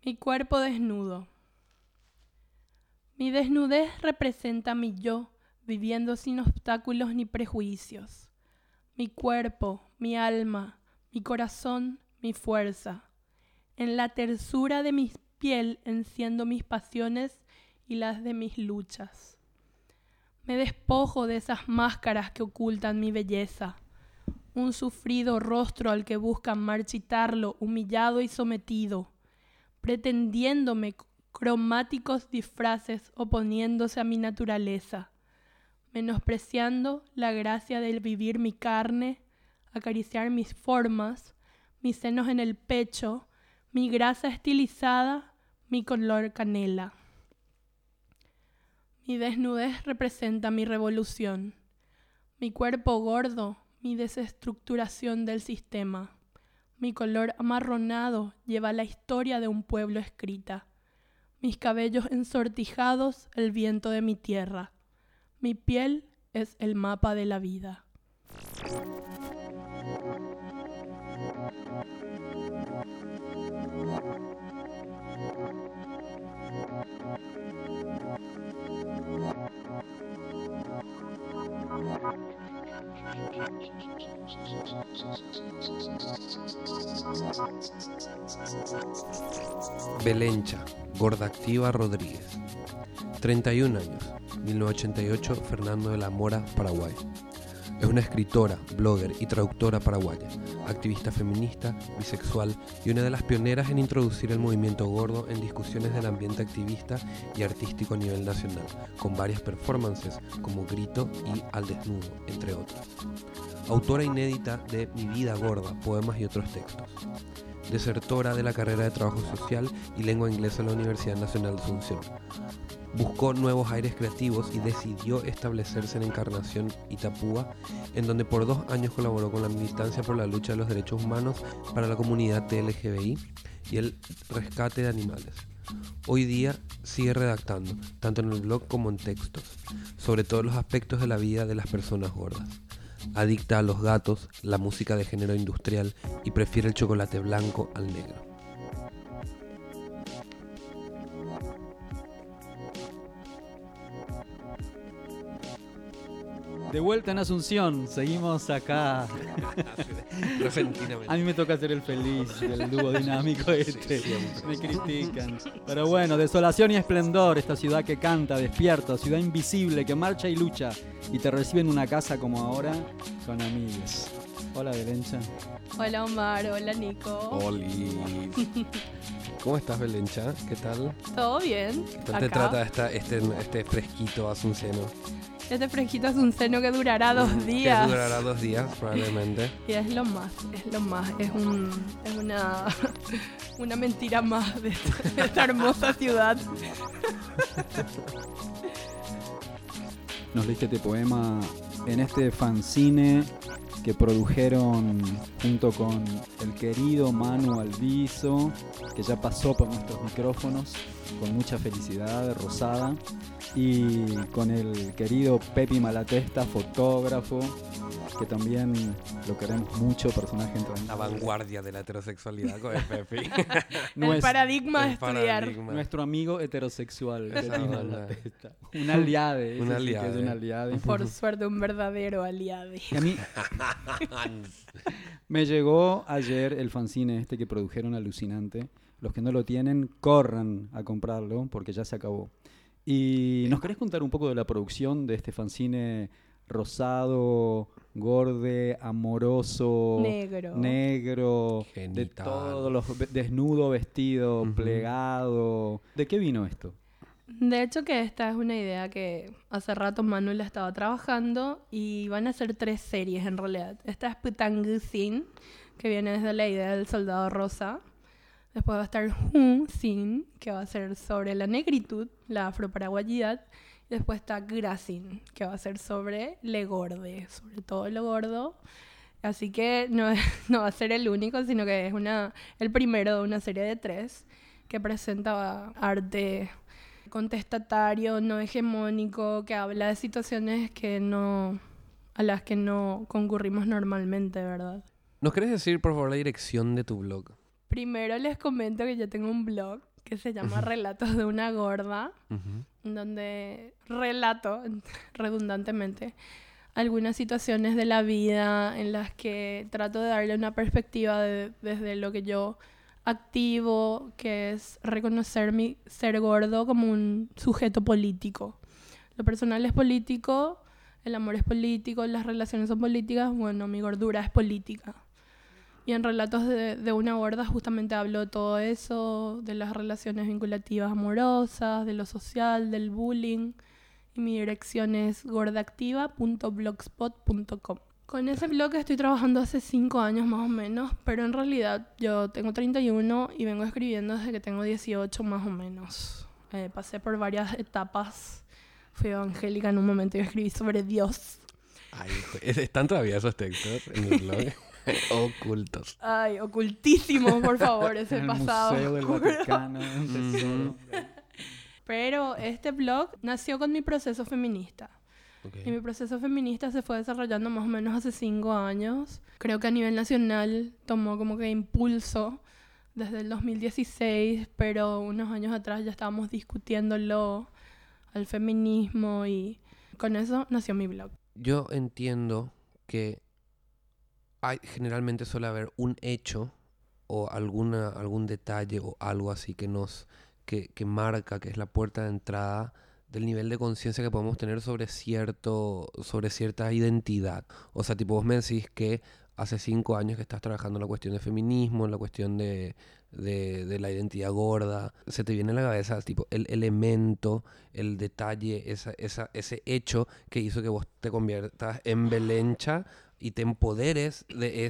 Mi cuerpo desnudo. Mi desnudez representa mi yo, viviendo sin obstáculos ni prejuicios. Mi cuerpo, mi alma, mi corazón, mi fuerza. En la tersura de mi piel enciendo mis pasiones y las de mis luchas. Me despojo de esas máscaras que ocultan mi belleza. Un sufrido rostro al que buscan marchitarlo, humillado y sometido, pretendiéndome cromáticos disfraces oponiéndose a mi naturaleza, menospreciando la gracia del vivir mi carne, acariciar mis formas, mis senos en el pecho, mi grasa estilizada, mi color canela. Mi desnudez representa mi revolución, mi cuerpo gordo, mi desestructuración del sistema. Mi color amarronado lleva la historia de un pueblo escrita. Mis cabellos ensortijados, el viento de mi tierra. Mi piel es el mapa de la vida. Belencha, Gorda Activa Rodríguez. 31 años, 1988, Fernando de la Mora, Paraguay. Es una escritora, blogger y traductora paraguaya, activista feminista, bisexual y una de las pioneras en introducir el movimiento gordo en discusiones del ambiente activista y artístico a nivel nacional, con varias performances como Grito y Al Desnudo, entre otras. Autora inédita de Mi Vida Gorda, poemas y otros textos. Desertora de la carrera de Trabajo Social y Lengua Inglesa en la Universidad Nacional de Asunción. Buscó nuevos aires creativos y decidió establecerse en Encarnación, Itapúa, en donde por 2 años colaboró con la militancia por la lucha de los derechos humanos para la comunidad LGBTI y el rescate de animales. Hoy día sigue redactando, tanto en el blog como en textos, sobre todos los aspectos de la vida de las personas gordas. Adicta a los gatos, la música de género industrial y prefiere el chocolate blanco al negro. De vuelta en Asunción, seguimos acá. Repentinamente. A mí me toca ser el feliz del dúo dinámico este. Sí, Me critican. Pero bueno, desolación y esplendor, esta ciudad que canta, despierta, ciudad invisible que marcha y lucha y te recibe en una casa como ahora con amigos. Hola, Belencha. Hola Omar, hola Nico. Oli. ¿Cómo estás, Belencha? ¿Qué tal? ¿Todo bien? ¿Qué tal te trata este fresquito asunciano? Este fresquito es un seno que durará 2 días. Que durará 2 días, probablemente. Y es lo más. Es una mentira más de esta hermosa ciudad. Nos leíste este poema en este fanzine que produjeron junto con el querido Manu Alviso, que ya pasó por nuestros micrófonos con mucha felicidad, Rosada, y con el querido Pepi Malatesta, fotógrafo, que también lo queremos mucho, personaje entrañable. La vanguardia de la heterosexualidad con el Pepi. El paradigma de estudiar. Nuestro amigo heterosexual, Esa Pepi onda. Malatesta. Un aliade. Un ese sí que aliade. es un aliade. Por suerte, un verdadero aliado. Y a mí me llegó ayer el fanzine este que produjeron alucinante. Los que no lo tienen, corran a comprarlo porque ya se acabó. Y ¿nos querés contar un poco de la producción de este fanzine rosado, gorde, amoroso, negro, Genital. de todos los desnudo, vestido, plegado? ¿De qué vino esto? De hecho que esta es una idea que hace rato Manuel estaba trabajando y van a ser 3 series en realidad. Esta es Putangusin, que viene desde la idea del soldado rosa. Después va a estar Hun Sin, que va a ser sobre la negritud, la afroparaguayidad. Y después está Grasin, que va a ser sobre le gorde, sobre todo lo gordo. Así que no va a ser el único, sino que es el primero de una serie de 3 que presenta arte contestatario, no hegemónico, que habla de situaciones a las que no concurrimos normalmente, ¿verdad? ¿Nos querés decir, por favor, la dirección de tu blog? Primero les comento que yo tengo un blog que se llama Relatos de una gorda, donde relato, redundantemente, algunas situaciones de la vida en las que trato de darle una perspectiva desde lo que yo activo, que es reconocer mi ser gordo como un sujeto político. Lo personal es político, el amor es político, las relaciones son políticas, bueno, mi gordura es política. Y en Relatos de una gorda justamente hablo de todo eso, de las relaciones vinculativas amorosas, de lo social, del bullying. Y mi dirección es gordaactiva.blogspot.com. Con ese blog estoy trabajando hace 5 años más o menos, pero en realidad yo tengo 31 y vengo escribiendo desde que tengo 18 más o menos. Pasé por varias etapas. Fui evangélica en un momento y escribí sobre Dios. Ay, ¿están todavía esos textos en el blog? Ocultos. Ay, ocultísimos, por favor, ese en pasado. El Museo del Vaticano, un tesoro. Pero este blog nació con mi proceso feminista. Okay. Y mi proceso feminista se fue desarrollando más o menos hace 5 años. Creo que a nivel nacional tomó como que impulso desde el 2016, pero unos años atrás ya estábamos discutiéndolo al feminismo y con eso nació mi blog. Yo entiendo que generalmente suele haber un hecho o algún detalle o algo así que marca, que es la puerta de entrada del nivel de conciencia que podemos tener sobre cierta identidad. O sea, tipo, vos me decís que hace 5 años que estás trabajando en la cuestión de feminismo, en la cuestión de la identidad gorda. Se te viene a la cabeza, tipo, el elemento, el detalle, ese hecho que hizo que vos te conviertas en Belencha y te empoderes de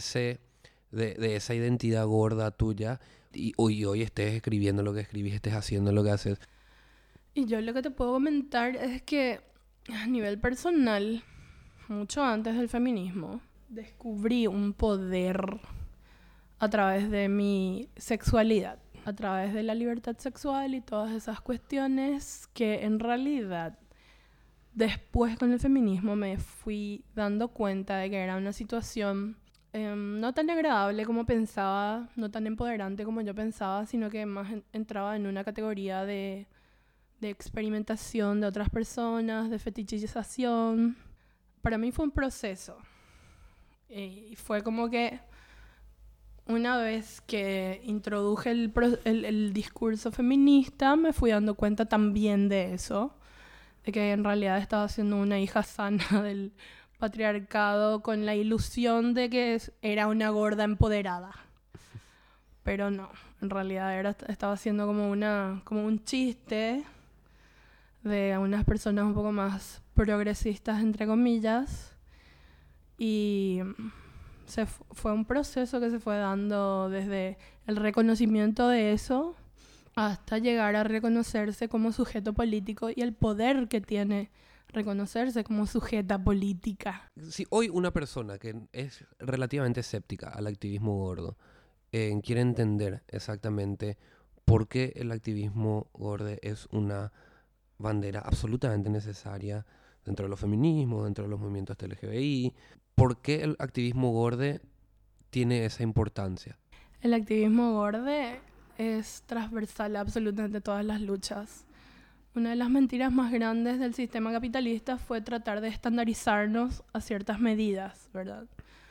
esa identidad gorda tuya y hoy estés escribiendo lo que escribís, estés haciendo lo que haces. Y yo lo que te puedo comentar es que a nivel personal, mucho antes del feminismo, descubrí un poder a través de mi sexualidad, a través de la libertad sexual y todas esas cuestiones que en realidad después con el feminismo me fui dando cuenta de que era una situación no tan agradable como pensaba, no tan empoderante como yo pensaba, sino que más entraba en una categoría de experimentación de otras personas, de fetichización. Para mí fue un proceso. Y fue como que una vez que introduje el discurso feminista, me fui dando cuenta también de eso, de que en realidad estaba siendo una hija sana del patriarcado con la ilusión de que era una gorda empoderada. Pero no, en realidad estaba siendo como un chiste de unas personas un poco más progresistas, entre comillas, y fue un proceso que se fue dando desde el reconocimiento de eso hasta llegar a reconocerse como sujeto político y el poder que tiene reconocerse como sujeta política. Si hoy una persona que es relativamente escéptica al activismo gordo quiere entender exactamente por qué el activismo gordo es una bandera absolutamente necesaria dentro de los feminismos, dentro de los movimientos LGBTI, ¿por qué el activismo gordo tiene esa importancia? El activismo gordo es transversal a absolutamente todas las luchas. Una de las mentiras más grandes del sistema capitalista fue tratar de estandarizarnos a ciertas medidas, ¿verdad?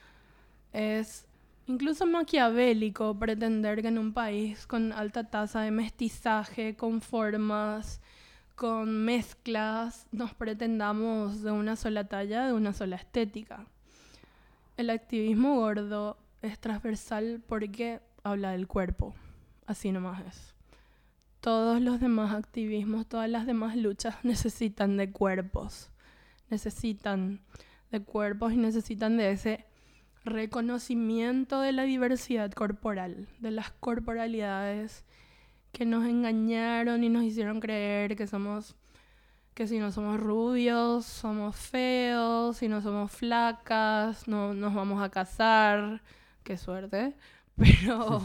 Es incluso maquiavélico pretender que en un país con alta tasa de mestizaje, con formas, con mezclas, nos pretendamos de una sola talla, de una sola estética. El activismo gordo es transversal porque habla del cuerpo, así nomás es. Todos los demás activismos, todas las demás luchas necesitan de cuerpos. Necesitan de cuerpos y necesitan de ese reconocimiento de la diversidad corporal, de las corporalidades que nos engañaron y nos hicieron creer que si no somos rubios, somos feos, si no somos flacas, no nos vamos a casar. Qué suerte. Pero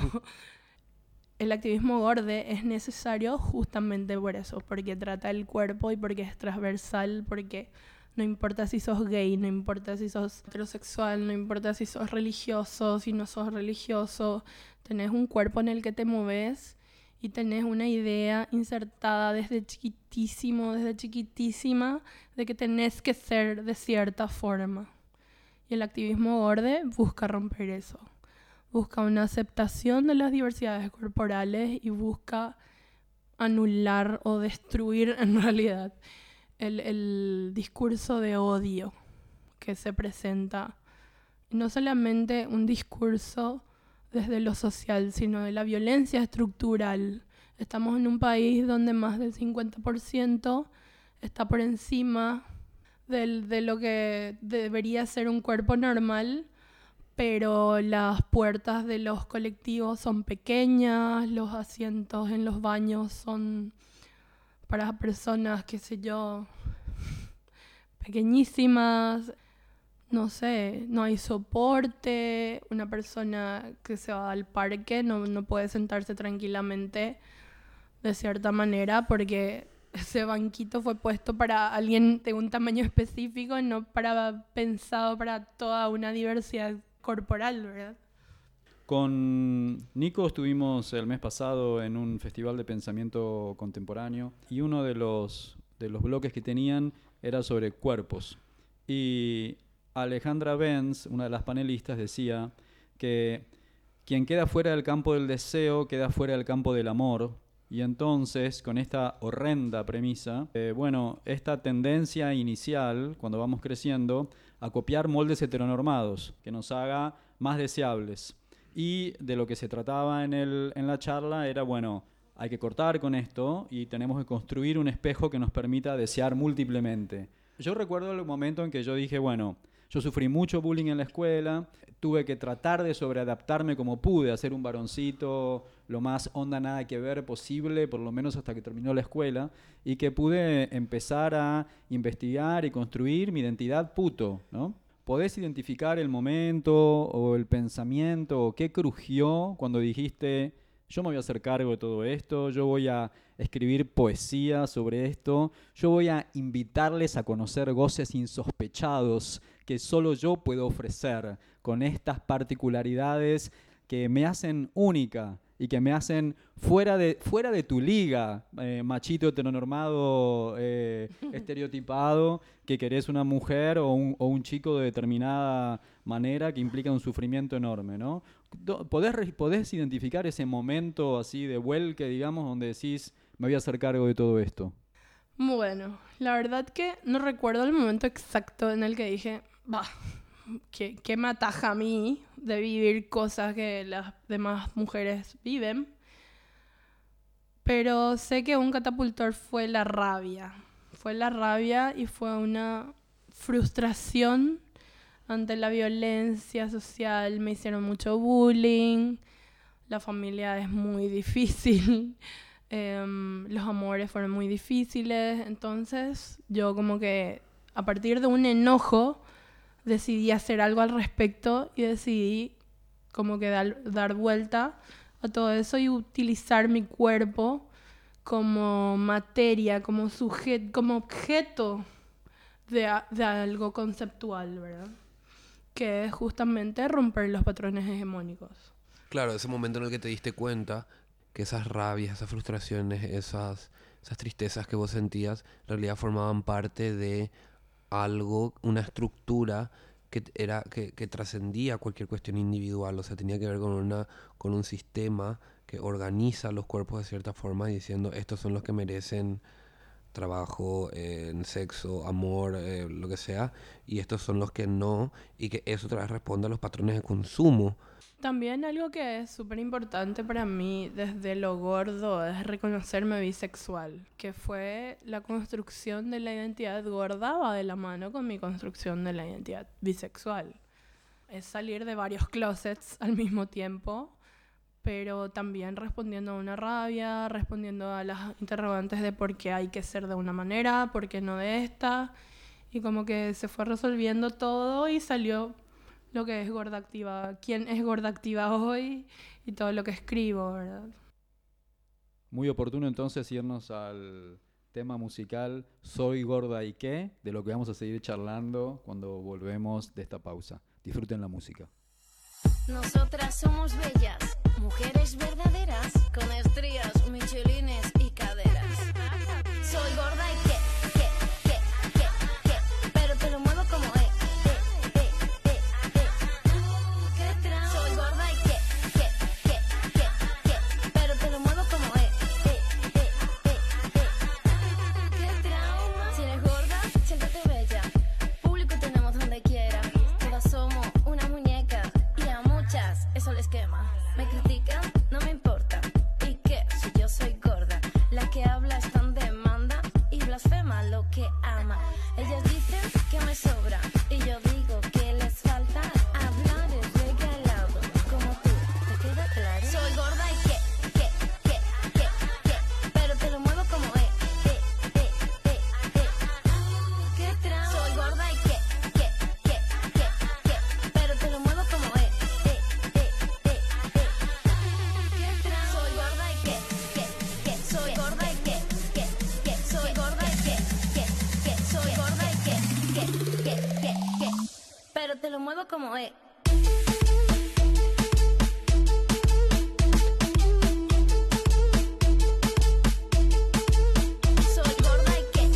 el activismo gordo es necesario justamente por eso, porque trata el cuerpo y porque es transversal, porque no importa si sos gay, no importa si sos heterosexual, no importa si sos religioso, si no sos religioso, tenés un cuerpo en el que te moves y tenés una idea insertada desde chiquitísima, de que tenés que ser de cierta forma. Y el activismo gorde busca romper eso. Busca una aceptación de las diversidades corporales y busca anular o destruir en realidad el discurso de odio que se presenta. Y no solamente un discurso desde lo social, sino de la violencia estructural. Estamos en un país donde más del 50% está por encima de lo que debería ser un cuerpo normal, pero las puertas de los colectivos son pequeñas, los asientos en los baños son para personas, qué sé yo, pequeñísimas. No sé, no hay soporte, una persona que se va al parque no puede sentarse tranquilamente de cierta manera porque ese banquito fue puesto para alguien de un tamaño específico, no pensado para toda una diversidad corporal, ¿verdad? Con Nico estuvimos el mes pasado en un festival de pensamiento contemporáneo y uno de los bloques que tenían era sobre cuerpos. Y Alejandra Benz, una de las panelistas, decía que quien queda fuera del campo del deseo queda fuera del campo del amor. Y entonces, con esta horrenda premisa, esta tendencia inicial, cuando vamos creciendo, a copiar moldes heteronormados, que nos haga más deseables. Y de lo que se trataba en la charla era, hay que cortar con esto y tenemos que construir un espejo que nos permita desear múltiplemente. Yo recuerdo el momento en que yo dije, yo sufrí mucho bullying en la escuela, tuve que tratar de sobreadaptarme como pude, hacer un varoncito lo más onda nada que ver posible, por lo menos hasta que terminó la escuela, y que pude empezar a investigar y construir mi identidad puto, ¿no? ¿Podés identificar el momento o el pensamiento o qué crujió cuando dijiste, yo me voy a hacer cargo de todo esto, yo voy a escribir poesía sobre esto, yo voy a invitarles a conocer goces insospechados que solo yo puedo ofrecer con estas particularidades que me hacen única y que me hacen fuera de tu liga, machito heteronormado, estereotipado, que querés una mujer o un chico de determinada manera que implica un sufrimiento enorme, ¿no? ¿Podés identificar ese momento así de vuelque, digamos, donde decís, me voy a hacer cargo de todo esto? Bueno, la verdad que no recuerdo el momento exacto en el que dije, ¿qué me ataja a mí de vivir cosas que las demás mujeres viven? Pero sé que un catapultor fue la rabia. Fue la rabia y fue una frustración ante la violencia social. Me hicieron mucho bullying, la familia es muy difícil, los amores fueron muy difíciles. Entonces yo como que a partir de un enojo decidí hacer algo al respecto y decidí como que dar vuelta a todo eso y utilizar mi cuerpo como materia, como sujeto, como objeto de algo conceptual, ¿verdad? Que es justamente romper los patrones hegemónicos. Claro, ese momento en el que te diste cuenta que esas rabias, esas frustraciones, esas tristezas que vos sentías, en realidad formaban parte de algo, una estructura que trascendía cualquier cuestión individual, o sea, tenía que ver con un sistema que organiza los cuerpos de cierta forma, diciendo estos son los que merecen trabajo, sexo, amor, lo que sea, y estos son los que no, y que eso otra vez responde a los patrones de consumo. También algo que es súper importante para mí desde lo gordo es reconocerme bisexual, que fue la construcción de la identidad gorda va de la mano con mi construcción de la identidad bisexual. Es salir de varios closets al mismo tiempo, pero también respondiendo a una rabia, respondiendo a las interrogantes de por qué hay que ser de una manera, por qué no de esta, y como que se fue resolviendo todo y salió lo que es Gorda Activa, quién es Gorda Activa hoy y todo lo que escribo, ¿verdad? Muy oportuno entonces irnos al tema musical Soy Gorda y qué, de lo que vamos a seguir charlando cuando volvemos de esta pausa. Disfruten la música. Nosotras somos bellas, mujeres verdaderas, con estrías muevo como es. Soy gorda y qué.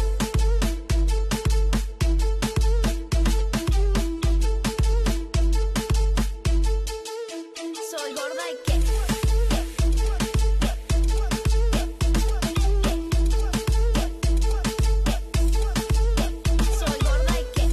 Soy gorda y qué. Soy gorda y qué.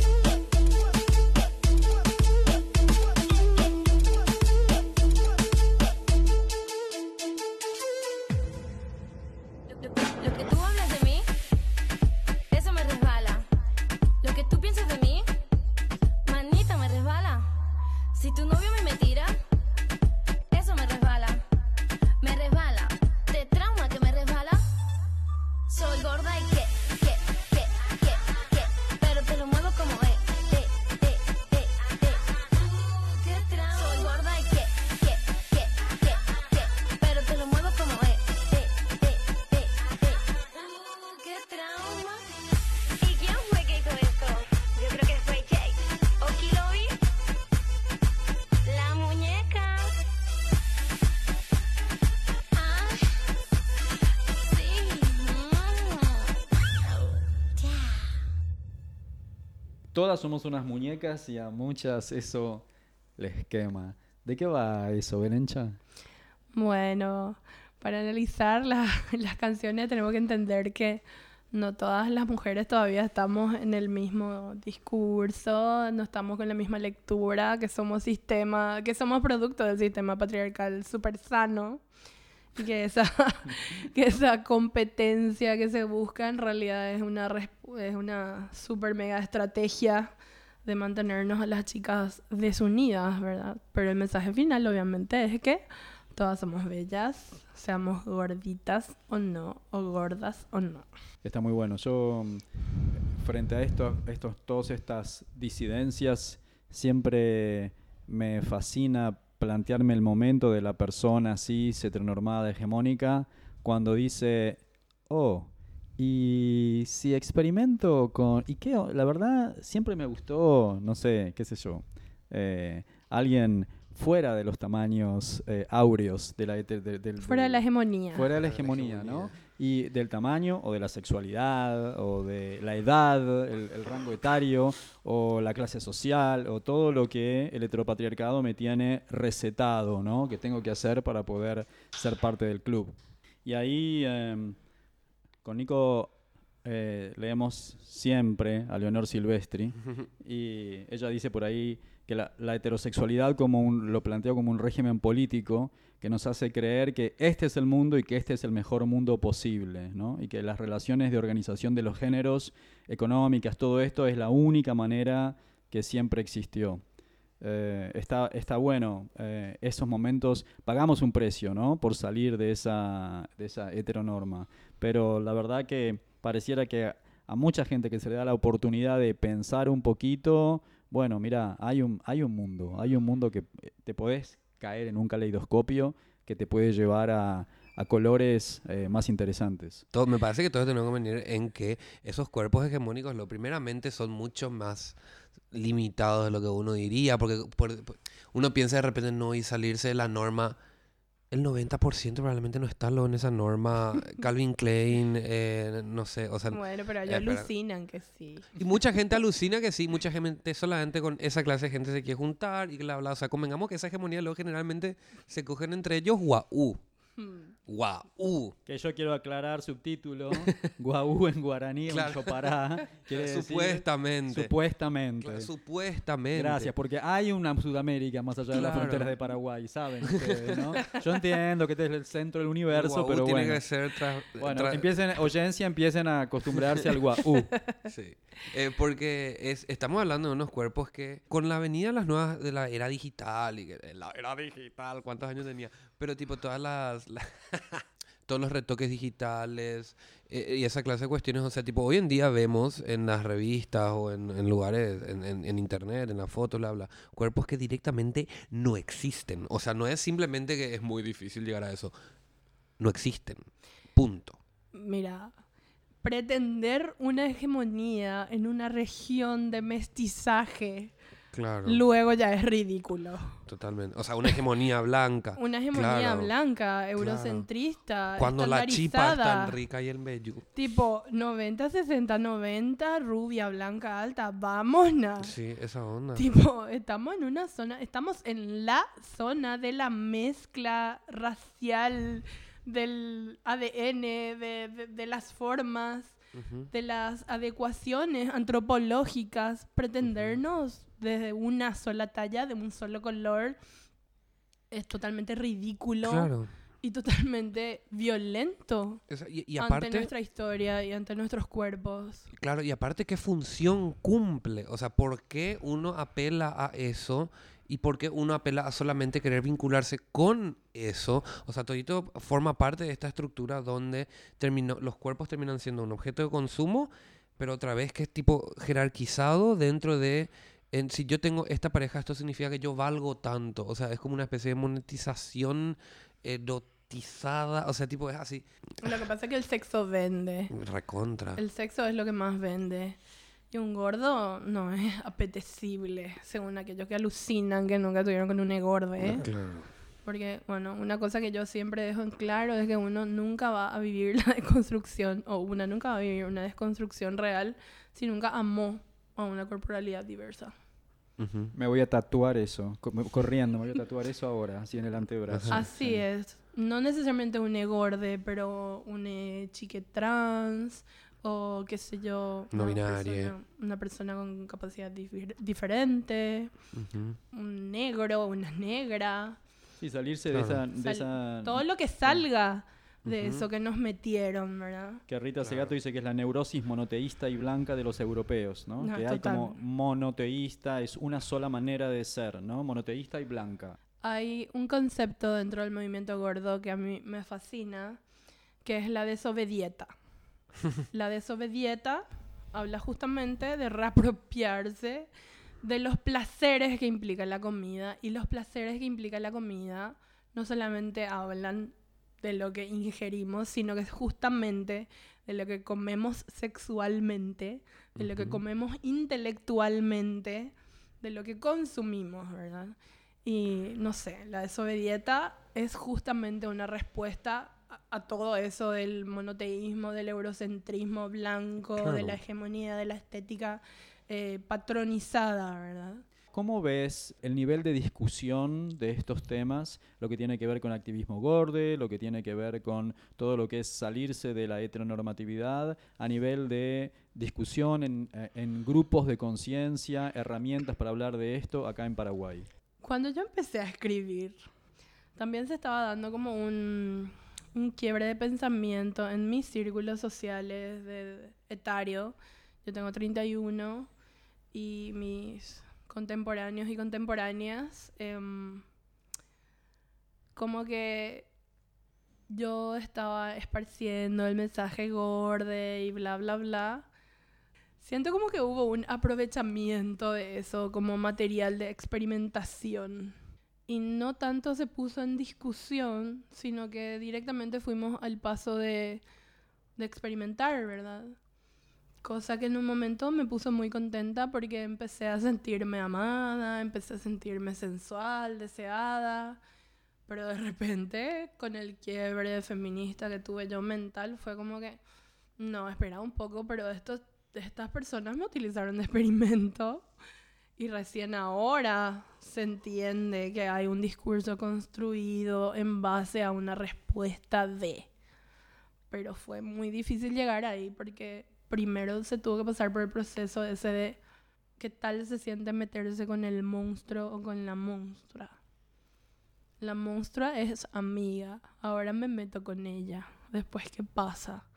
Lo que tú hablas de mí, eso me resbala. Lo que tú piensas de mí, manita, me resbala. Si tu novio me tira, eso me resbala. Me resbala. De trauma que me resbala. Soy gorda y qué. Pero te lo muevo como es. Qué trauma. Soy gorda y qué. Pero te lo muevo como es. Qué trauma. ¿Y quién fue que hizo esto? Yo creo que fue Jake. ¿O Kilovi? La muñeca. Ah, sí. Ya. Todas somos unas muñecas y a muchas eso les quema. ¿De qué va eso, Belencha? Bueno, para analizar las canciones tenemos que entender que no todas las mujeres todavía estamos en el mismo discurso, no estamos con la misma lectura, que somos producto del sistema patriarcal súper sano. Y que esa competencia que se busca en realidad es una super mega estrategia de mantenernos a las chicas desunidas, ¿verdad? Pero el mensaje final obviamente es que todas somos bellas, seamos gorditas o no, o gordas o no. Está muy bueno. Yo, frente a todas estas disidencias, siempre me fascina plantearme el momento de la persona cis, heteronormada, hegemónica, cuando dice, oh, y si experimento con... ¿Y qué? La verdad, siempre me gustó, no sé, qué sé yo, alguien fuera de los tamaños áureos de Fuera de la hegemonía. Fuera de la hegemonía, ¿no? Y del tamaño o de la sexualidad o de la edad, el rango etario o la clase social o todo lo que el heteropatriarcado me tiene recetado, ¿no? Que tengo que hacer para poder ser parte del club. Y ahí con Nico leemos siempre a Leonor Silvestri y ella dice por ahí que la heterosexualidad lo plantea como un régimen político que nos hace creer que este es el mundo y que este es el mejor mundo posible, ¿no? Y que las relaciones de organización de los géneros, económicas, todo esto es la única manera que siempre existió. Está bueno, esos momentos, pagamos un precio, ¿no? Por salir de esa heteronorma, pero la verdad que pareciera que a mucha gente que se le da la oportunidad de pensar un poquito, bueno, mira, hay un mundo que te podés caer en un caleidoscopio que te puede llevar a colores más interesantes. Me parece que todo tenemos que venir en que esos cuerpos hegemónicos, primeramente, son mucho más limitados de lo que uno diría, porque uno piensa de repente no y salirse de la norma. El 90% probablemente no está en esa norma. Calvin Klein, no sé, o sea... Bueno, pero ellos alucinan que sí. Y mucha gente alucina que sí, mucha gente solamente con esa clase de gente se quiere juntar y bla, bla. O sea, convengamos que esa hegemonía luego generalmente se cogen entre ellos guau. Guau. Que yo quiero aclarar subtítulo. Guau en guaraní, claro. En chopará. Supuestamente. Claro, supuestamente. Gracias, porque hay una Sudamérica más allá de las fronteras de Paraguay, ¿saben ustedes, no? Yo entiendo que este es el centro del universo, guau, pero tiene bueno. Que ser empiecen a acostumbrarse al guau. Sí. Porque estamos hablando de unos cuerpos que con la venida de las nuevas de la era digital ¿cuántos años tenía? Pero tipo todos los retoques digitales y esa clase de cuestiones, o sea, tipo hoy en día vemos en las revistas o en lugares, en internet, en la foto, bla, bla, cuerpos que directamente no existen. O sea, no es simplemente que es muy difícil llegar a eso. No existen. Punto. Mira, pretender una hegemonía en una región de mestizaje Claro, luego ya es ridículo. totalmente. O sea, una hegemonía blanca. Una hegemonía Claro, blanca, eurocentrista, Cuando la chipa es estandarizada. tan rica y el bello. Tipo 90, 60, 90, rubia, blanca, alta, vámonos. Sí, esa onda. Tipo, estamos en una zona, estamos en la zona de la mezcla racial, del ADN, de las formas, Ujú. de las adecuaciones antropológicas. Pretendernos desde una sola talla, de un solo color, es totalmente ridículo Claro. y totalmente violento Y ante aparte, nuestra historia y ante nuestros cuerpos. claro, y aparte, ¿qué función cumple? O sea, ¿por qué uno apela a eso? ¿Y por qué uno apela a solamente querer vincularse con eso? O sea, todito forma parte de esta estructura donde los cuerpos terminan siendo un objeto de consumo, pero otra vez que es tipo jerarquizado dentro de... si yo tengo esta pareja, esto significa que yo valgo tanto. O sea, es como una especie de monetización erotizada. O sea, tipo, es así. Lo que pasa es que el sexo vende. Recontra. El sexo es lo que más vende. Y un gordo no es apetecible, según aquellos que alucinan que nunca tuvieron con un engorde. Claro. Porque, bueno, una cosa que yo siempre dejo en claro es que uno nunca va a vivir la desconstrucción, o una nunca va a vivir una desconstrucción real si nunca amó a una corporalidad diversa. Ujú. Me voy a tatuar eso, corriendo, me voy a tatuar eso ahora, así en el antebrazo. Ajá. Así Sí. es. No necesariamente un egorde, pero un chique trans o qué sé yo. No binaria. Una persona con capacidad diferente, Ujú. un negro, una negra. Sí, salirse Claro. de esa... Todo lo que salga de Ujú. eso que nos metieron, ¿verdad? Que Rita Claro. Segato dice que es la neurosis monoteísta y blanca de los europeos, ¿no? No, Que hay como total. monoteísta, es una sola manera de ser, ¿no? Monoteísta y blanca. Hay un concepto dentro del movimiento gordo que a mí me fascina, que es la desobedieta. La desobedieta habla justamente de reapropiarse de los placeres que implica la comida. Y los placeres que implica la comida no solamente hablan de lo que ingerimos, sino que es justamente de lo que comemos sexualmente, de lo que Ujú. comemos intelectualmente, de lo que consumimos, ¿verdad? Y no sé, la desobedieta es justamente una respuesta a todo eso del monoteísmo, del eurocentrismo blanco, Claro. de la hegemonía, de la estética patronizada, ¿verdad? ¿Cómo ves el nivel de discusión de estos temas, lo que tiene que ver con activismo gorde, lo que tiene que ver con todo lo que es salirse de la heteronormatividad, a nivel de discusión en grupos de conciencia, herramientas para hablar de esto acá en Paraguay? Cuando yo empecé a escribir, también se estaba dando como un quiebre de pensamiento en mis círculos sociales de etario. Yo tengo 31 y mis contemporáneos y contemporáneas, como que yo estaba esparciendo el mensaje gorde y bla, bla, bla. Siento como que hubo un aprovechamiento de eso como material de experimentación. Y no tanto se puso en discusión, sino que directamente fuimos al paso de experimentar, ¿verdad? Cosa que en un momento me puso muy contenta porque empecé a sentirme amada, empecé a sentirme sensual, deseada. Pero de repente, con el quiebre feminista que tuve yo mental, fue como que, no, espera un poco, pero estas personas me utilizaron de experimento. Y recién ahora se entiende que hay un discurso construido en base a una respuesta de. Pero fue muy difícil llegar ahí porque primero se tuvo que pasar por el proceso ese de qué tal se siente meterse con el monstruo o con la monstrua. La monstrua es amiga, ahora me meto con ella, después qué pasa.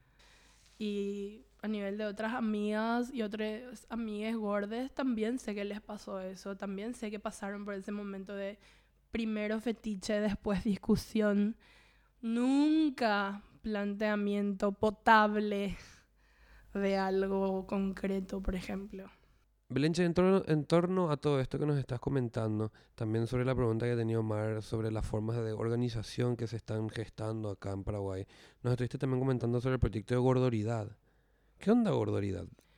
Y a nivel de otras amigas y otras amigas gordes, también sé que les pasó eso. También sé que pasaron por ese momento de primero fetiche, después discusión. Nunca planteamiento potable de algo concreto, por ejemplo. Belenche, en torno a todo esto que nos estás comentando, también sobre la pregunta que tenía Omar sobre las formas de organización que se están gestando acá en Paraguay, nos estuviste también comentando sobre el proyecto de Gordoridad. ¿Qué onda Gordoridad?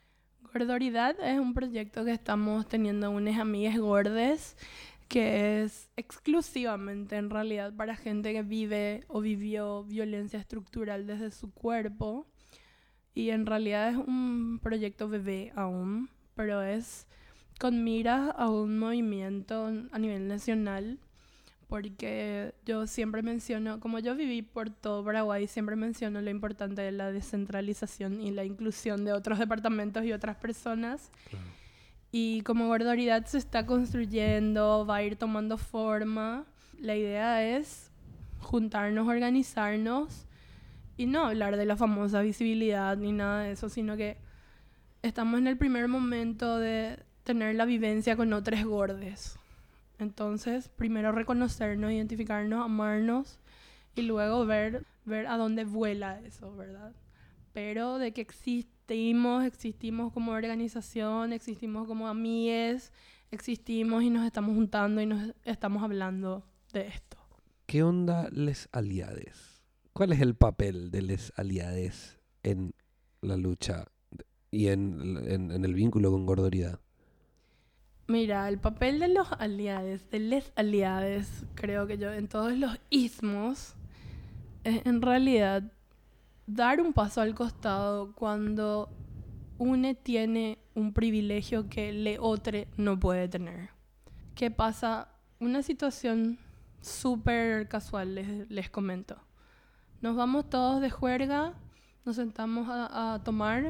Gordoridad es un proyecto que estamos teniendo unas amigas gordes, que es exclusivamente en realidad para gente que vive o vivió violencia estructural desde su cuerpo. Y en realidad es un proyecto bebé aún, pero es con miras a un movimiento a nivel nacional, porque yo siempre menciono, como yo viví por todo Paraguay, siempre menciono lo importante de la descentralización y la inclusión de otros departamentos y otras personas. Claro. Y como Gordoridad se está construyendo, va a ir tomando forma, la idea es juntarnos, organizarnos y no hablar de la famosa visibilidad ni nada de eso, sino que estamos en el primer momento de tener la vivencia con otros gordes. Entonces, primero reconocernos, identificarnos, amarnos y luego ver a dónde vuela eso, ¿verdad? Pero de que existimos como organización, existimos como amigues, existimos y nos estamos juntando y nos estamos hablando de esto. ¿Qué onda les aliades? ¿Cuál es el papel de les aliades en la lucha y en el vínculo con Gordoridad? Mira, el papel de los aliades, de les aliades, creo que yo, en todos los ismos, es en realidad dar un paso al costado cuando uno tiene un privilegio que le otro no puede tener. ¿Qué pasa? Una situación súper casual, les comento. Nos vamos todos de juerga, nos sentamos a tomar,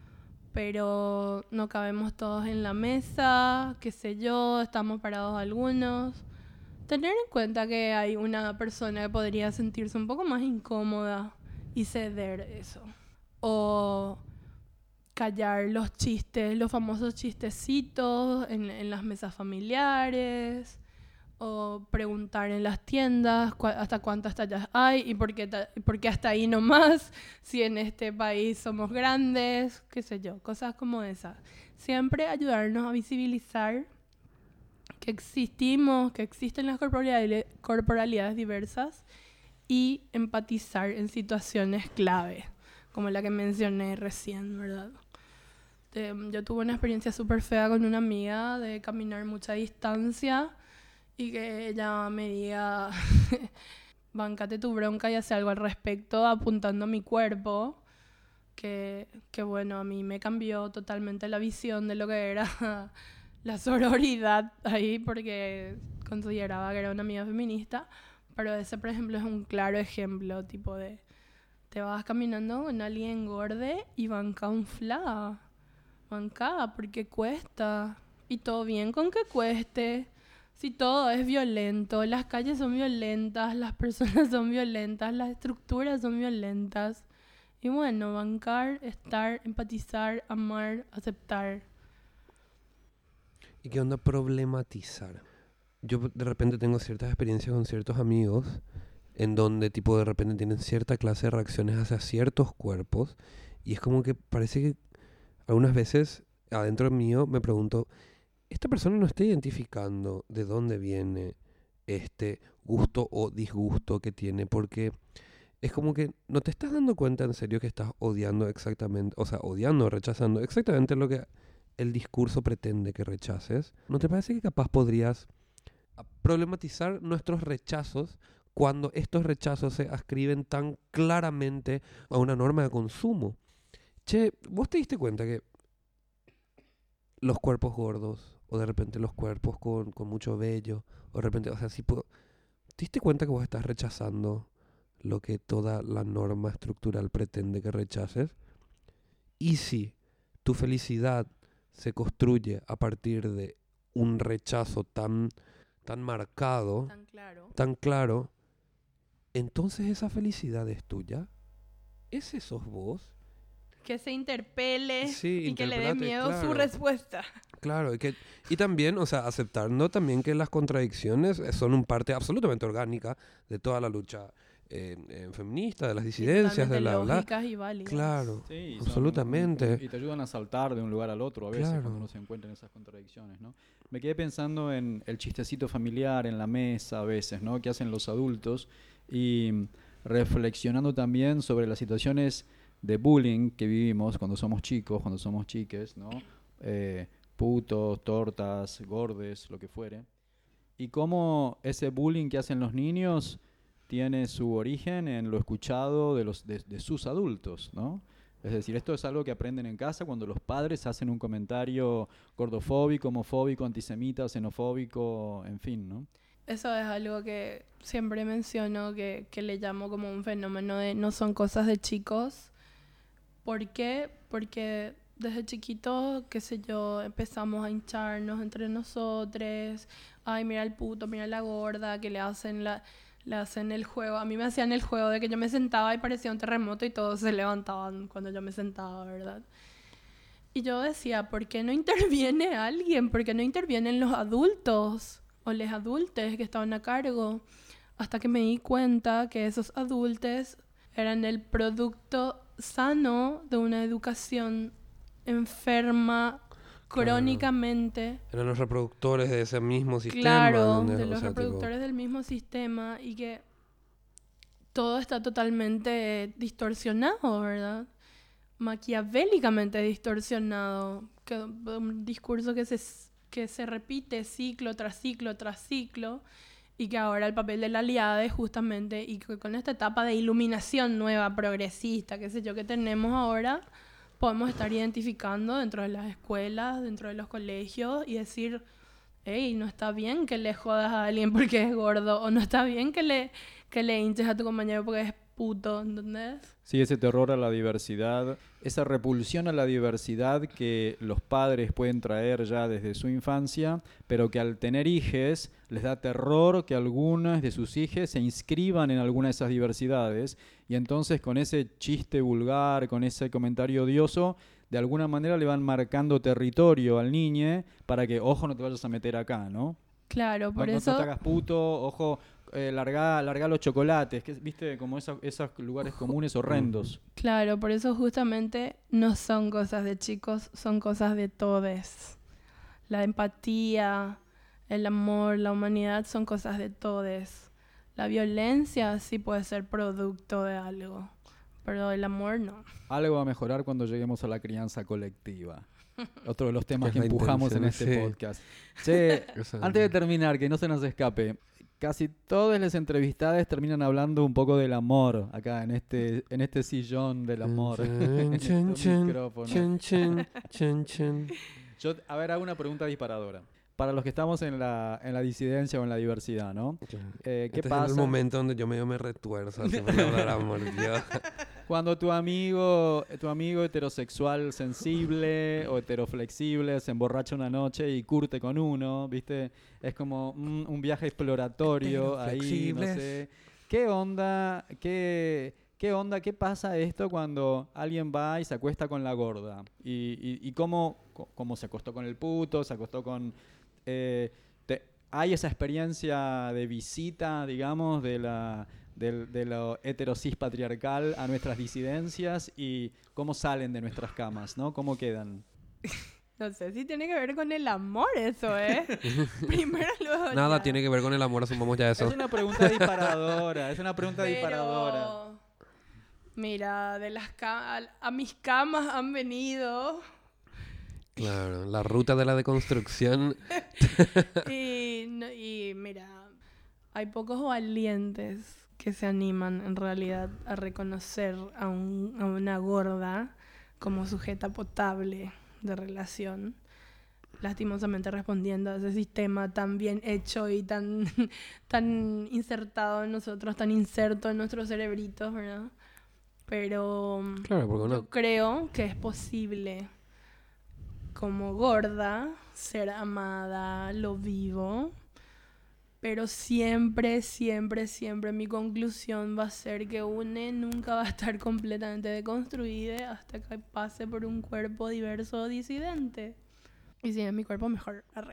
pero no cabemos todos en la mesa, qué sé yo, estamos parados algunos. Tener en cuenta que hay una persona que podría sentirse un poco más incómoda y ceder eso. O callar los chistes, los famosos chistecitos en las mesas familiares. O preguntar en las tiendas hasta cuántas tallas hay y por qué hasta ahí nomás, si en este país somos grandes, qué sé yo, cosas como esas. Siempre ayudarnos a visibilizar que existimos, que existen las corporalidades diversas y empatizar en situaciones clave, como la que mencioné recién, ¿verdad? Yo tuve una experiencia súper fea con una amiga de caminar mucha distancia y que ella me diga, bancate tu bronca y hace algo al respecto, apuntando a mi cuerpo, que bueno, a mí me cambió totalmente la visión de lo que era la sororidad ahí, porque consideraba que era una amiga feminista, pero ese, por ejemplo, es un claro ejemplo, tipo de, te vas caminando con alguien gorde y banca un fla, banca, porque cuesta, y todo bien con que cueste. Si todo es violento, las calles son violentas, las personas son violentas, las estructuras son violentas. Y bueno, bancar, estar, empatizar, amar, aceptar. ¿Y qué onda problematizar? Yo de repente tengo ciertas experiencias con ciertos amigos en donde tipo de repente tienen cierta clase de reacciones hacia ciertos cuerpos y es como que parece que algunas veces adentro mío me pregunto, esta persona no está identificando de dónde viene este gusto o disgusto que tiene, porque es como que no te estás dando cuenta en serio que estás odiando exactamente, o sea, odiando o rechazando exactamente lo que el discurso pretende que rechaces. ¿No te parece que capaz podrías problematizar nuestros rechazos cuando estos rechazos se ascriben tan claramente a una norma de consumo? Che, ¿vos te diste cuenta que los cuerpos gordos, o de repente los cuerpos con mucho vello, o de repente, o sea, ¿te diste cuenta que vos estás rechazando lo que toda la norma estructural pretende que rechaces? Y si tu felicidad se construye a partir de un rechazo tan marcado, tan claro, entonces esa felicidad es tuya. ¿Ese sos vos? Que se interpele Sí, y que le dé interpelate, miedo claro. su respuesta. Claro, y también, o sea, aceptando también que las contradicciones son una parte absolutamente orgánica de toda la lucha feminista, de las disidencias, de la lógicas y válidas. Claro, Sí, absolutamente. y te ayudan a saltar de un lugar al otro a veces Claro. cuando uno se encuentra en esas contradicciones, ¿no? Me quedé pensando en el chistecito familiar en la mesa a veces, ¿no? Que hacen los adultos y reflexionando también sobre las situaciones de bullying que vivimos cuando somos chicos, cuando somos chiques, ¿no? Putos, tortas, gordes, lo que fuere. Y cómo ese bullying que hacen los niños tiene su origen en lo escuchado de sus adultos, ¿no? Es decir, esto es algo que aprenden en casa cuando los padres hacen un comentario gordofóbico, homofóbico, antisemita, xenofóbico, en fin, ¿no? Eso es algo que siempre menciono, que le llamo como un fenómeno de no son cosas de chicos. ¿Por qué? Porque desde chiquitos, qué sé yo, empezamos a hincharnos entre nosotros. Ay, mira el puto, mira la gorda, que le hacen el juego. A mí me hacían el juego de que yo me sentaba y parecía un terremoto y todos se levantaban cuando yo me sentaba, ¿verdad? Y yo decía, ¿por qué no interviene alguien? ¿Por qué no intervienen los adultos o los adultos que estaban a cargo? Hasta que me di cuenta que esos adultos eran el producto sano de una educación enferma crónicamente. Eran los reproductores de ese mismo sistema. Claro, de los reproductores del mismo sistema, y que todo está totalmente distorsionado, ¿verdad? Maquiavélicamente distorsionado. Que un discurso que se repite ciclo tras ciclo tras ciclo, y que ahora el papel del aliado es justamente, y que con esta etapa de iluminación nueva, progresista, qué sé yo, que tenemos ahora, podemos estar identificando dentro de las escuelas, dentro de los colegios, y decir, hey, no está bien que le jodas a alguien porque es gordo, o no está bien que le hinches a tu compañero porque es puto, ¿entendés? Sí, ese terror a la diversidad, esa repulsión a la diversidad que los padres pueden traer ya desde su infancia, pero que al tener hijes les da terror que algunas de sus hijes se inscriban en alguna de esas diversidades, y entonces con ese chiste vulgar, con ese comentario odioso, de alguna manera le van marcando territorio al niño para que, ojo, no te vayas a meter acá, ¿no? Claro, por No eso... no te hagas puto, ojo, largá los chocolates, que viste, como esos lugares comunes horrendos. Claro, por eso justamente no son cosas de chicos, son cosas de todes. La empatía, el amor, la humanidad son cosas de todes. La violencia sí puede ser producto de algo, pero el amor no. Algo va a mejorar cuando lleguemos a la crianza colectiva. Otro de los temas que Es la empujamos en intención, este sí. podcast. Che, antes de terminar, que no se nos escape, casi todas las entrevistadas terminan hablando un poco del amor, acá en este sillón del amor. En estos micrófonos. Yo, a ver, hago una pregunta disparadora. Para los que estamos en la disidencia o en la diversidad, ¿no? ¿Qué pasa? Es el momento donde yo medio me retuerzo así por hablar amor, Dios. Cuando tu amigo heterosexual sensible o heteroflexible se emborracha una noche y curte con uno, ¿viste? Es como un viaje exploratorio ahí, no sé. ¿Qué onda? ¿Qué pasa esto cuando alguien va y se acuesta con la gorda? ¿Y cómo se acostó con el puto, se acostó con... hay esa experiencia de visita, digamos, de lo heterosis patriarcal a nuestras disidencias, y cómo salen de nuestras camas, ¿no? ¿Cómo quedan? No sé si tiene que ver con el amor eso, ¿eh? Primero luego Nada ya. tiene que ver con el amor, asumamos ya eso. Es una pregunta disparadora, es una pregunta disparadora. Mira, a mis camas han venido Claro, la ruta de la deconstrucción. y mira, hay pocos valientes que se animan en realidad a reconocer a una gorda como sujeta potable de relación, lastimosamente respondiendo a ese sistema tan bien hecho y tan insertado en nosotros, tan inserto en nuestros cerebritos, ¿verdad? Pero Claro, porque yo creo que es posible como gorda ser amada, lo vivo, pero siempre, siempre, siempre mi conclusión va a ser que une nunca va a estar completamente deconstruida hasta que pase por un cuerpo diverso o disidente. Y si es mi cuerpo, mejor. Arre.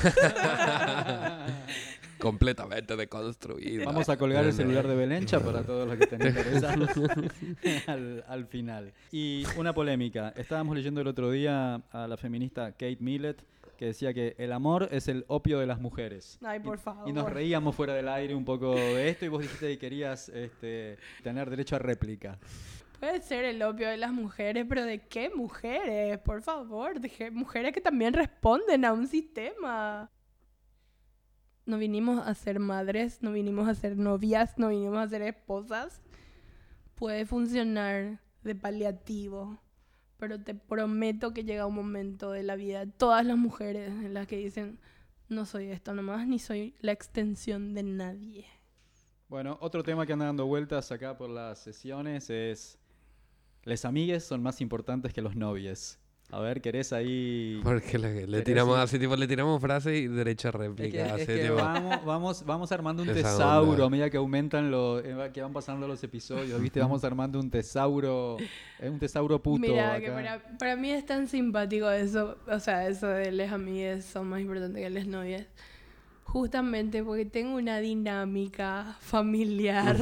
completamente deconstruido. Vamos a colgar el celular de Belencha para todos los que estén interesados al final. Y una polémica. Estábamos leyendo el otro día a la feminista Kate Millett, que decía que el amor es el opio de las mujeres. Ay, por favor. Y nos reíamos fuera del aire un poco de esto, y vos dijiste que querías tener derecho a réplica. Puede ser el opio de las mujeres, pero ¿de qué mujeres? Por favor, mujeres que también responden a un sistema. No vinimos a ser madres, no vinimos a ser novias, no vinimos a ser esposas. Puede funcionar de paliativo, pero te prometo que llega un momento de la vida de todas las mujeres en las que dicen, no soy esto nomás, ni soy la extensión de nadie. Bueno, otro tema que anda dando vueltas acá por las sesiones es les amigues son más importantes que los novies. A ver, ¿querés ahí...? Porque le tiramos así, tipo, le tiramos frases y derecha réplica. Es que vamos armando un tesauro a medida que aumentan que van pasando los episodios, ¿viste? Vamos armando un tesauro puto. Mira, acá. que para mí es tan simpático eso, o sea, eso de les amigues son más importantes que les novias. Justamente porque tengo una dinámica familiar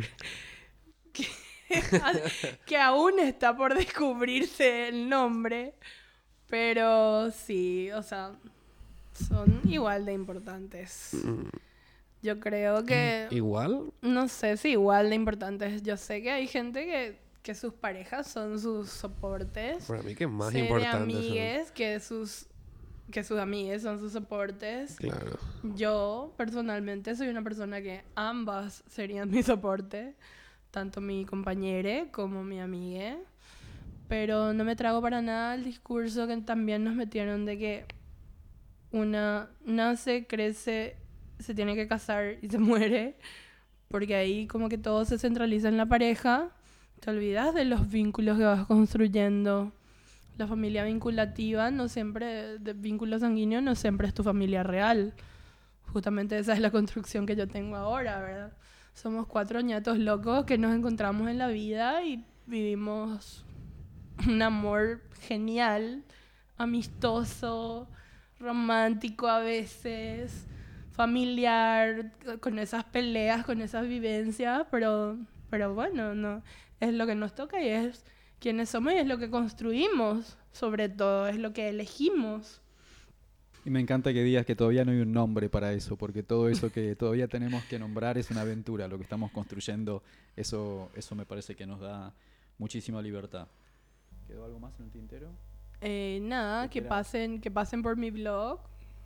que aún está por descubrirse el nombre, pero sí, o sea, son igual de importantes. Yo creo que... ¿Igual? No sé si igual de importantes. Yo sé que hay gente que sus parejas son sus soportes. Para mí que es más sé importante. de amigues que sus amigues son sus soportes. Claro. Yo, personalmente, soy una persona que ambas serían mi soporte. Tanto mi compañere como mi amigue. Pero no me trago para nada el discurso que también nos metieron de que una nace, crece, se tiene que casar y se muere. Porque ahí como que todo se centraliza en la pareja. Te olvidas de los vínculos que vas construyendo. La familia vinculativa no siempre, de vínculo sanguíneo, no siempre es tu familia real. Justamente esa es la construcción que yo tengo ahora, ¿verdad? Somos 4 ñatos locos que nos encontramos en la vida y vivimos un amor genial, amistoso, romántico a veces, familiar, con esas peleas, con esas vivencias, pero bueno, no, es lo que nos toca y es quienes somos y es lo que construimos, sobre todo, es lo que elegimos. Y me encanta que digas que todavía no hay un nombre para eso, porque todo eso que todavía tenemos que nombrar es una aventura. Lo que estamos construyendo, eso me parece que nos da muchísima libertad. ¿Quedó algo más en el tintero? Nada, que pasen por mi blog,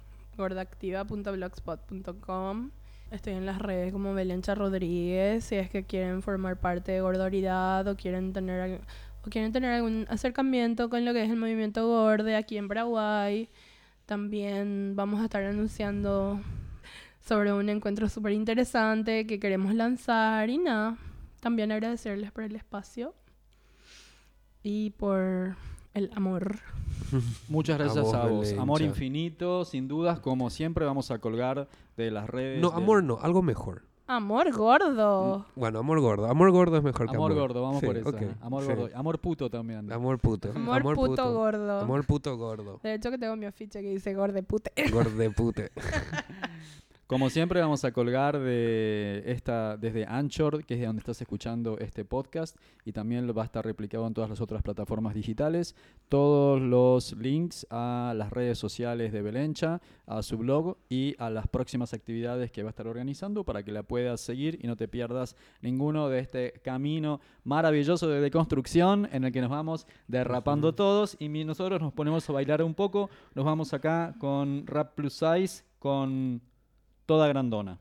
gordaactiva.blogspot.com. Estoy en las redes como Belencha Rodríguez. Si es que quieren formar parte de Gordoridad o quieren tener algún acercamiento con lo que es el movimiento Gorde aquí en Paraguay. También vamos a estar anunciando sobre un encuentro súper interesante que queremos lanzar. Y nada, también agradecerles por el espacio y por el amor. Muchas gracias a vos. Belencha. Amor infinito, sin dudas, como siempre vamos a colgar de las redes. No, amor no, algo mejor. Amor gordo. Bueno, amor gordo. Amor gordo es mejor que amor. Amor gordo, vamos Sí, por eso. ok, Amor sí. gordo. Amor puto también. Amor puto. Amor puto gordo. Amor puto gordo. De hecho que tengo mi afiche que dice gorde pute. Gorde pute. Como siempre vamos a colgar desde Anchor, que es de donde estás escuchando este podcast, y también va a estar replicado en todas las otras plataformas digitales, todos los links a las redes sociales de Belencha, a su blog y a las próximas actividades que va a estar organizando para que la puedas seguir y no te pierdas ninguno de este camino maravilloso de deconstrucción en el que nos vamos derrapando todos y nosotros nos ponemos a bailar un poco. Nos vamos acá con Rap Plus Size, con Toda Grandona.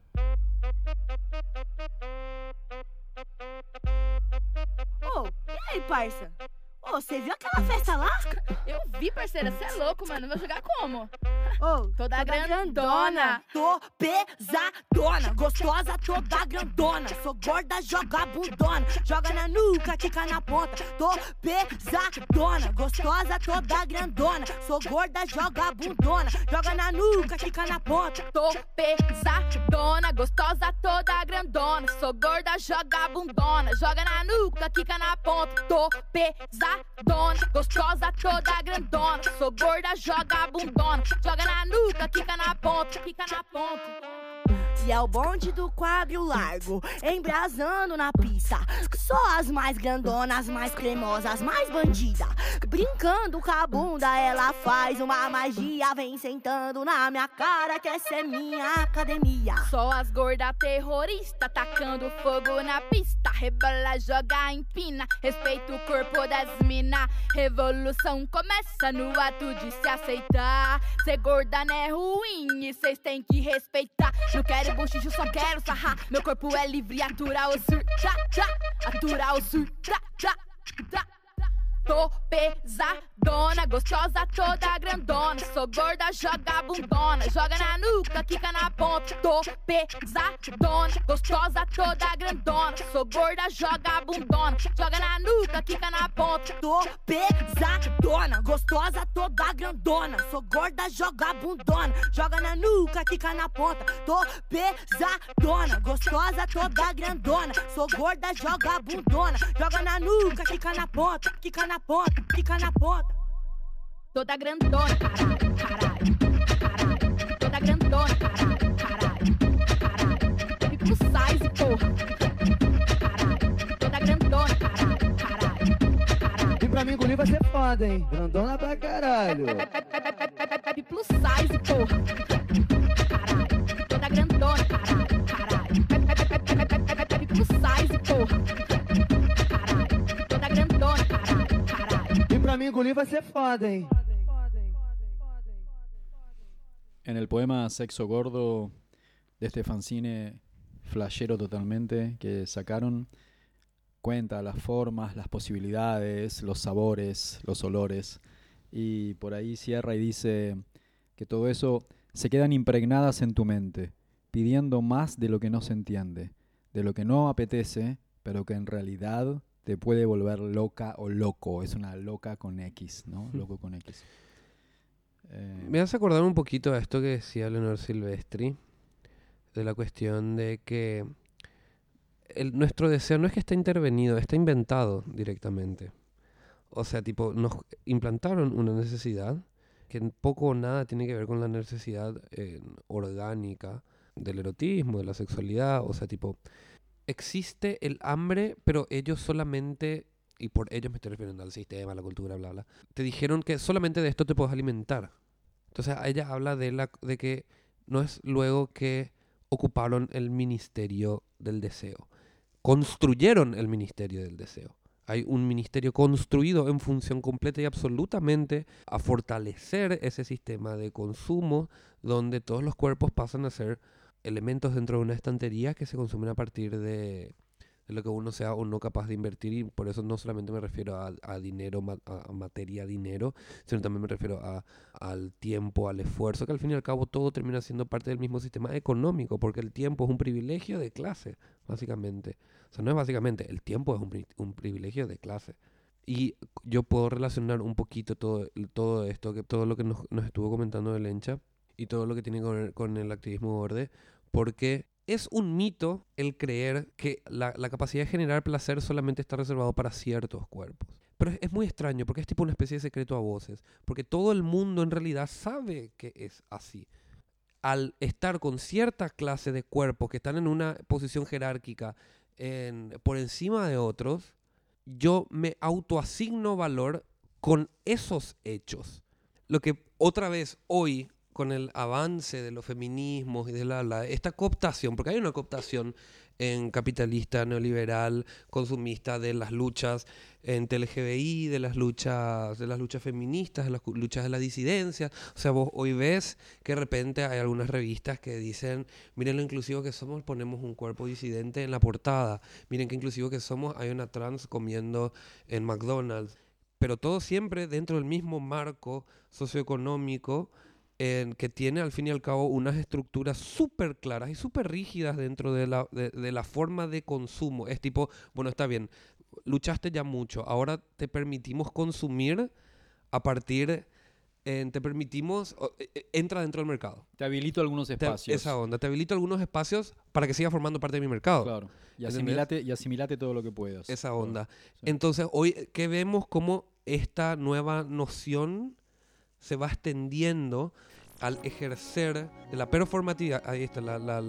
Ô, e aí, parça? Ô, você viu aquela festa lá? Eu vi, parceira, você é louco, mano. Vai jogar como? Ô, Toda grandona. Tô pesadona, gostosa, toda grandona. Sou gorda, joga bundona. Joga na nuca, quica na ponta. Tô pesadona, gostosa, toda grandona. Sou gorda, joga bundona. Joga na nuca, quica na ponta. Tô pesadona, gostosa, toda grandona. Sou gorda, joga bundona. Joga na nuca, quica na ponta. Tô pesadona, gostosa, toda grandona. Sou gorda, joga bundona. Joga na nuca, quica na ponta, quica na ponta. E é o bonde do quadril largo, embrasando na pista. Só as mais grandonas, mais cremosas, mais bandida. Brincando com a bunda, ela faz uma magia. Vem sentando na minha cara, que essa é minha academia. Só as gordas terroristas tacando fogo na pista. Rebola, joga, empina, respeita o corpo das mina. Revolução começa no ato de se aceitar. Ser gorda não é ruim e cês tem que respeitar. Não quero bochicho, só quero sarrar. Meu corpo é livre, aturar o surta, aturar o surta. Tô pesadona, gostosa, toda grandona. Sou gorda, joga bundona, joga na nuca, quica na ponta. Tô pesadona, gostosa, toda grandona. Sou gorda, joga bundona, joga na nuca, quica na ponta. Tô pesadona, gostosa, toda grandona. Sou gorda, joga bundona, joga na nuca, quica na ponta. Tô pesadona, gostosa, toda grandona. Sou gorda, joga bundona, joga na nuca, quica na ponta, quica na ponta, fica na ponta. Toda grandona, caralho, caralho, caralho. Toda grandona, caralho, caralho, caralho. Baby plus size, porra. Caralho. Toda grandona, caralho, caralho, caralho. E pra mim engolir vai ser foda, hein? Grandona pra caralho. Baby plus size, porra. Caralho. Toda grandona, caralho, caralho. Baby plus size, porra. Pra mim engolir vai ser foda, hein? En el poema Sexo Gordo, de este fanzine flashero totalmente que sacaron, cuenta las formas, las posibilidades, los sabores, los olores, y por ahí cierra y dice que todo eso se quedan impregnadas en tu mente, pidiendo más de lo que no se entiende, de lo que no apetece, pero que en realidad te puede volver loca o loco. Es una loca con X, ¿no? Loco con X. Me hace acordar un poquito a esto que decía Leonor Silvestri, de la cuestión de que nuestro deseo no es que está intervenido, está inventado directamente. O sea, tipo, nos implantaron una necesidad que poco o nada tiene que ver con la necesidad orgánica del erotismo, de la sexualidad. O sea, tipo, existe el hambre, pero ellos solamente, y por ellos me estoy refiriendo al sistema, a la cultura, bla, bla, te dijeron que solamente de esto te puedes alimentar. Entonces ella habla de que no es luego que ocuparon el ministerio del deseo. Construyeron el ministerio del deseo. Hay un ministerio construido en función completa y absolutamente a fortalecer ese sistema de consumo donde todos los cuerpos pasan a ser elementos dentro de una estantería que se consumen a partir de lo que uno sea o no capaz de invertir, y por eso no solamente me refiero a dinero, a materia, dinero, sino también me refiero al tiempo, al esfuerzo, que al fin y al cabo todo termina siendo parte del mismo sistema económico, porque el tiempo es un privilegio de clase, básicamente. O sea, no es básicamente, el tiempo es un privilegio de clase. Y yo puedo relacionar un poquito todo esto, que todo lo que nos estuvo comentando Helencha, y todo lo que tiene que ver con el activismo verde, porque es un mito el creer que la capacidad de generar placer solamente está reservado para ciertos cuerpos. Pero es muy extraño, porque es tipo una especie de secreto a voces, porque todo el mundo en realidad sabe que es así. Al estar con cierta clase de cuerpos que están en una posición jerárquica por encima de otros, yo me autoasigno valor con esos hechos. Lo que otra vez hoy, con el avance de los feminismos y de esta cooptación, porque hay una cooptación capitalista, neoliberal, consumista de las luchas LGBTI, de las luchas feministas, de las luchas de la disidencia. O sea, vos hoy ves que de repente hay algunas revistas que dicen, miren lo inclusivo que somos, ponemos un cuerpo disidente en la portada. Miren qué inclusivo que somos, hay una trans comiendo en McDonald's. Pero todo siempre dentro del mismo marco socioeconómico, que tiene al fin y al cabo unas estructuras súper claras y súper rígidas dentro de la forma de consumo. Es tipo, bueno, está bien, luchaste ya mucho, ahora te permitimos consumir a partir, te permitimos, entra dentro del mercado. Te habilito algunos espacios. Esa onda, te habilito algunos espacios para que sigas formando parte de mi mercado. Claro, y asimilate todo lo que puedas. Esa onda. Sí. Entonces, hoy que vemos cómo esta nueva noción se va extendiendo al ejercer la performatividad. Ahí está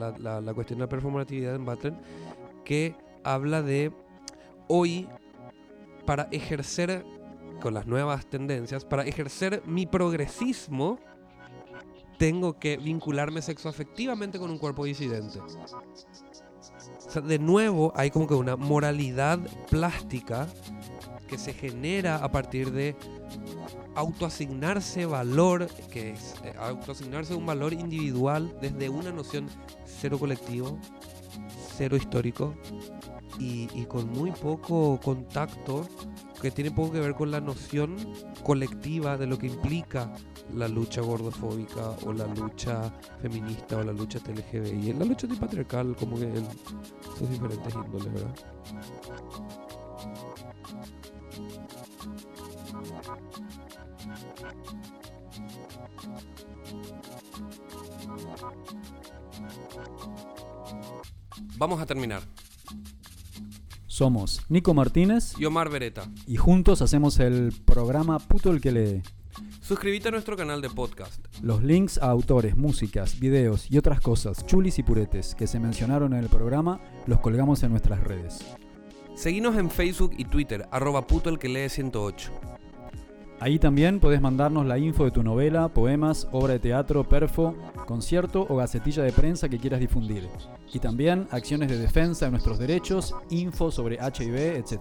la cuestión de la performatividad en Butler, que habla de hoy, para ejercer con las nuevas tendencias, para ejercer mi progresismo, tengo que vincularme sexoafectivamente con un cuerpo disidente. O sea, de nuevo hay como que una moralidad plástica que se genera a partir de autoasignarse valor, que es autoasignarse un valor individual desde una noción cero colectivo, cero histórico y con muy poco contacto, que tiene poco que ver con la noción colectiva de lo que implica la lucha gordofóbica o la lucha feminista o la lucha LGBTI, la lucha antipatriarcal, como que en sus diferentes índoles, ¿verdad? Vamos a terminar. Somos Nico Martínez y Omar Beretta. y juntos hacemos el programa Puto el que lee. Suscríbete a nuestro canal de podcast. Los links a autores, músicas, videos y otras cosas chulis y puretes que se mencionaron en el programa los colgamos en nuestras redes. Seguinos en Facebook y Twitter, @putoelquelee108. Ahí también podés mandarnos la info de tu novela, poemas, obra de teatro, perfo, concierto o gacetilla de prensa que quieras difundir. Y también acciones de defensa de nuestros derechos, info sobre HIV, etc.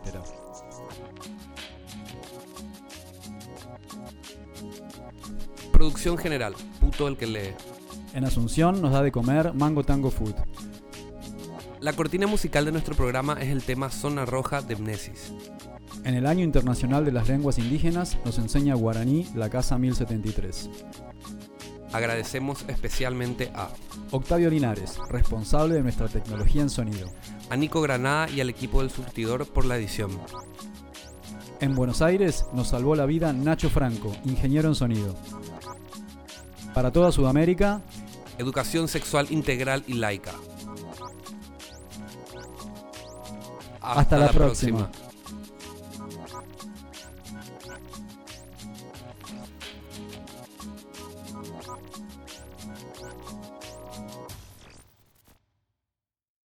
Producción general, Puto el que lee. En Asunción nos da de comer Mango Tango Food. La cortina musical de nuestro programa es el tema Zona Roja de Mnesis. En el Año Internacional de las Lenguas Indígenas nos enseña guaraní la Casa 1073. Agradecemos especialmente a Octavio Linares, responsable de nuestra tecnología en sonido. a Nico Granada y al equipo del Surtidor por la edición. En Buenos Aires nos salvó la vida Nacho Franco, ingeniero en sonido. Para toda Sudamérica, Educación sexual integral y laica. Hasta la próxima.